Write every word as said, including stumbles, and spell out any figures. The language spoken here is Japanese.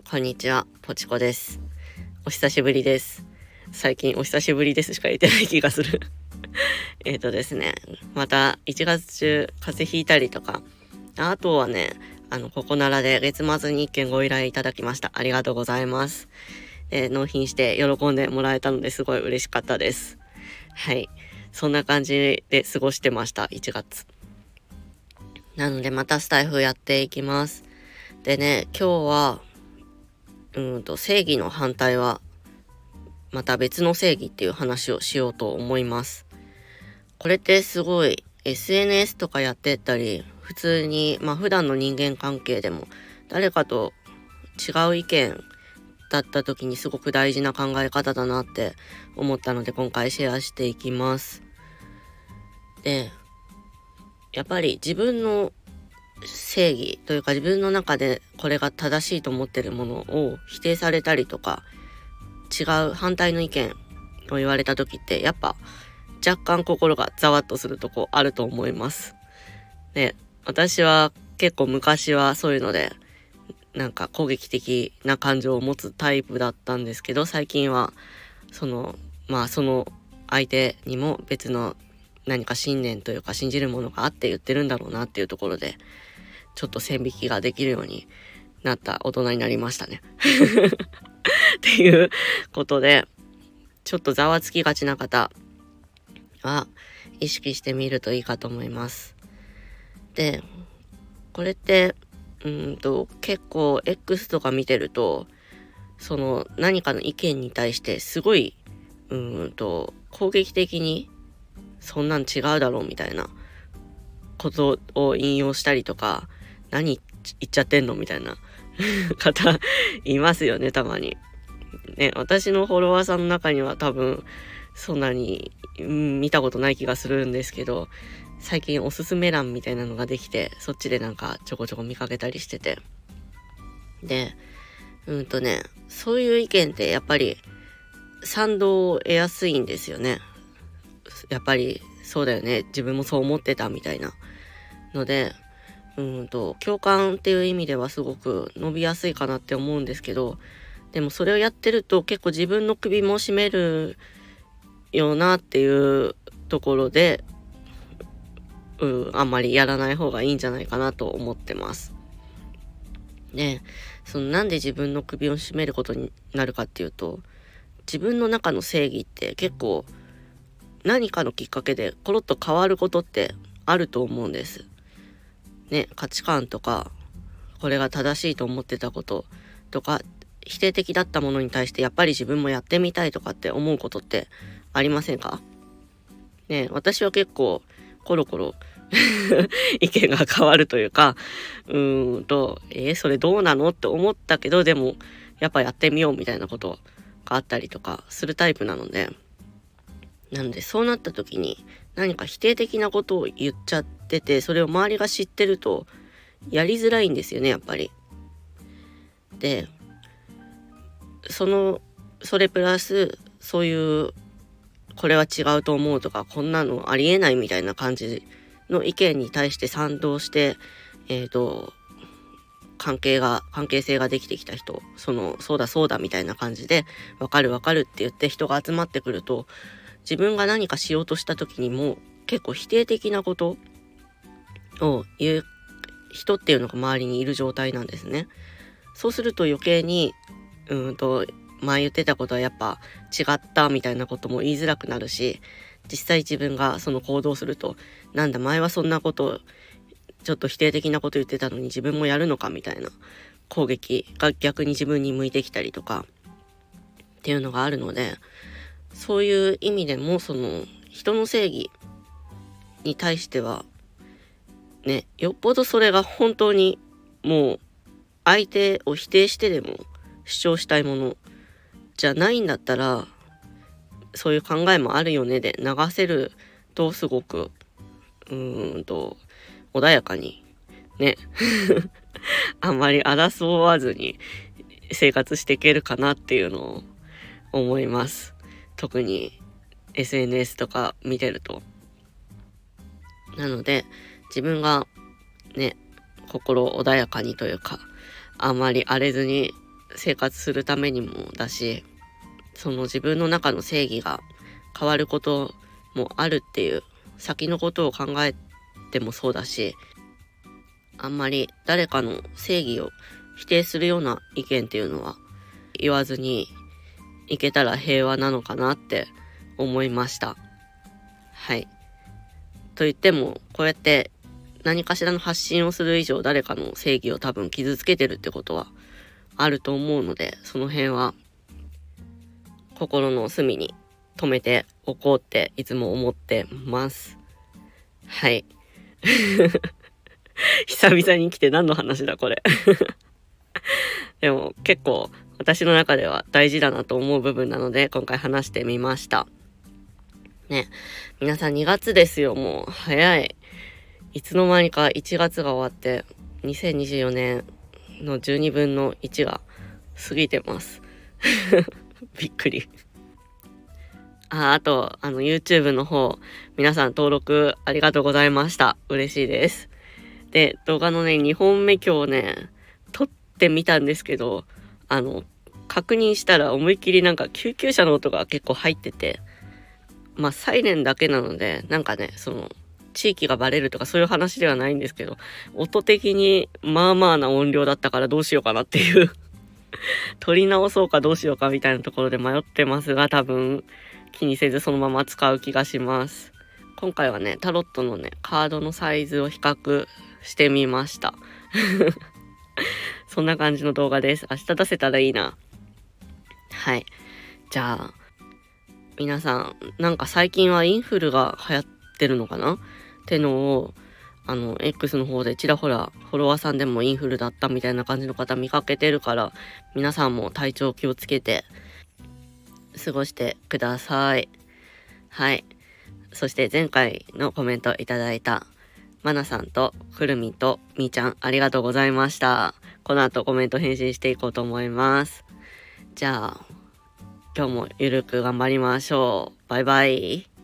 こんにちは、ポチコです。お久しぶりです。最近お久しぶりですしか言ってない気がする。えっとですね、またいちがつ中風邪ひいたりとか、あとはね、あの、ここならで月末に一件ご依頼いただきました。ありがとうございます。で、納品して喜んでもらえたのですごい嬉しかったです。はい。そんな感じで過ごしてました、いちがつ。なのでまたスタイフやっていきます。でね、今日は、うんと正義の反対はまた別の正義っていう話をしようと思います。これってすごい エスエヌエス とかやってたり、普通にまあ普段の人間関係でも誰かと違う意見だった時にすごく大事な考え方だなって思ったので今回シェアしていきます。で、やっぱり自分の正義というか自分の中でこれが正しいと思ってるものを否定されたりとか違う反対の意見を言われた時ってやっぱ若干心がざわっとするとこあると思います。で、私は結構昔はそういうのでなんか攻撃的な感情を持つタイプだったんですけど、最近はそのまあその相手にも別の何か信念というか信じるものがあって言ってるんだろうなっていうところでちょっと線引きができるようになった大人になりましたねっていうことで、ちょっとざわつきがちな方は意識してみるといいかと思います。で、これってうーんと結構 X とか見てるとその何かの意見に対してすごいうーんと攻撃的にそんなん違うだろうみたいなことを引用したりとか、何言っちゃってんのみたいな方いますよね、たまに。ね、私のフォロワーさんの中には多分そんなに、うん、見たことない気がするんですけど、最近おすすめ欄みたいなのができて、そっちでなんかちょこちょこ見かけたりしてて。で、うんとね、そういう意見ってやっぱり賛同を得やすいんですよね。やっぱりそうだよね、自分もそう思ってたみたいなので、うんと共感っていう意味ではすごく伸びやすいかなって思うんですけど、でもそれをやってると結構自分の首も絞めるよなっていうところで、うん、あんまりやらない方がいいんじゃないかなと思ってます。で、そのなんで自分の首を絞めることになるかっていうと、自分の中の正義って結構何かのきっかけでコロッと変わることってあると思うんです。ね、価値観とかこれが正しいと思ってたこととか否定的だったものに対してやっぱり自分もやってみたいとかって思うことってありませんかね。私は結構コロコロ意見が変わるというか、うーんとえー、それどうなのって思ったけどでもやっぱやってみようみたいなことがあったりとかするタイプなので、なのでそうなった時に何か否定的なことを言っちゃってて、それを周りが知ってるとやりづらいんですよね、やっぱり。で、そのそれプラスそういうこれは違うと思うとかこんなのありえないみたいな感じの意見に対して賛同してえっと関係が関係性ができてきた人、そのそうだそうだみたいな感じでわかるわかるって言って人が集まってくると、自分が何かしようとした時にも結構否定的なことを言う人っていうのが周りにいる状態なんですね。そうすると余計にうーんと前言ってたことはやっぱ違ったみたいなことも言いづらくなるし、実際自分がその行動するとなんだ前はそんなことちょっと否定的なこと言ってたのに自分もやるのかみたいな攻撃が逆に自分に向いてきたりとかっていうのがあるので、そういう意味でもその人の正義に対してはね、よっぽどそれが本当にもう相手を否定してでも主張したいものじゃないんだったら、そういう考えもあるよねで流せるとすごくうーんと穏やかにねあんまり争わずに生活していけるかなっていうのを思います。特に エスエヌエス とか見てると。なので自分がね心穏やかにというかあんまり荒れずに生活するためにもだし、その自分の中の正義が変わることもあるっていう先のことを考えてもそうだし、あんまり誰かの正義を否定するような意見っていうのは言わずにいけたら平和なのかなって思いました。はい。と言っても、こうやって何かしらの発信をする以上、誰かの正義を多分傷つけてるってことはあると思うので、その辺は心の隅に留めておこうっていつも思ってます。はい。久々に来て何の話だこれ。でも結構私の中では大事だなと思う部分なので、今回話してみました。ね、皆さんにがつですよ。もう早い。いつの間にかいちがつが終わって、にせんにじゅうよねんのじゅうにぶんのいちが過ぎてます。びっくり。あ、あと、あの YouTube の方、皆さん登録ありがとうございました。嬉しいです。で、動画のね、にほんめ今日ね、撮ってみたんですけど、あの、確認したら思いっきりなんか救急車の音が結構入ってて、まあサイレンだけなので、なんかね、その、地域がバレるとかそういう話ではないんですけど、音的にまあまあな音量だったからどうしようかなっていう撮り直そうかどうしようかみたいなところで迷ってますが、多分気にせずそのまま使う気がします。今回はね、タロットのね、カードのサイズを比較してみました。そんな感じの動画です。明日出せたらいいな。はい。じゃあ、皆さん、なんか最近はインフルが流行ってるのかなってのを、あの、X の方でちらほらフォロワーさんでもインフルだったみたいな感じの方見かけてるから、皆さんも体調気をつけて過ごしてください。はい。そして前回のコメントいただいたマナさんとくるみとみーちゃん、ありがとうございました。この後コメント返信していこうと思います。じゃあ、今日もゆるく頑張りましょう。バイバイ。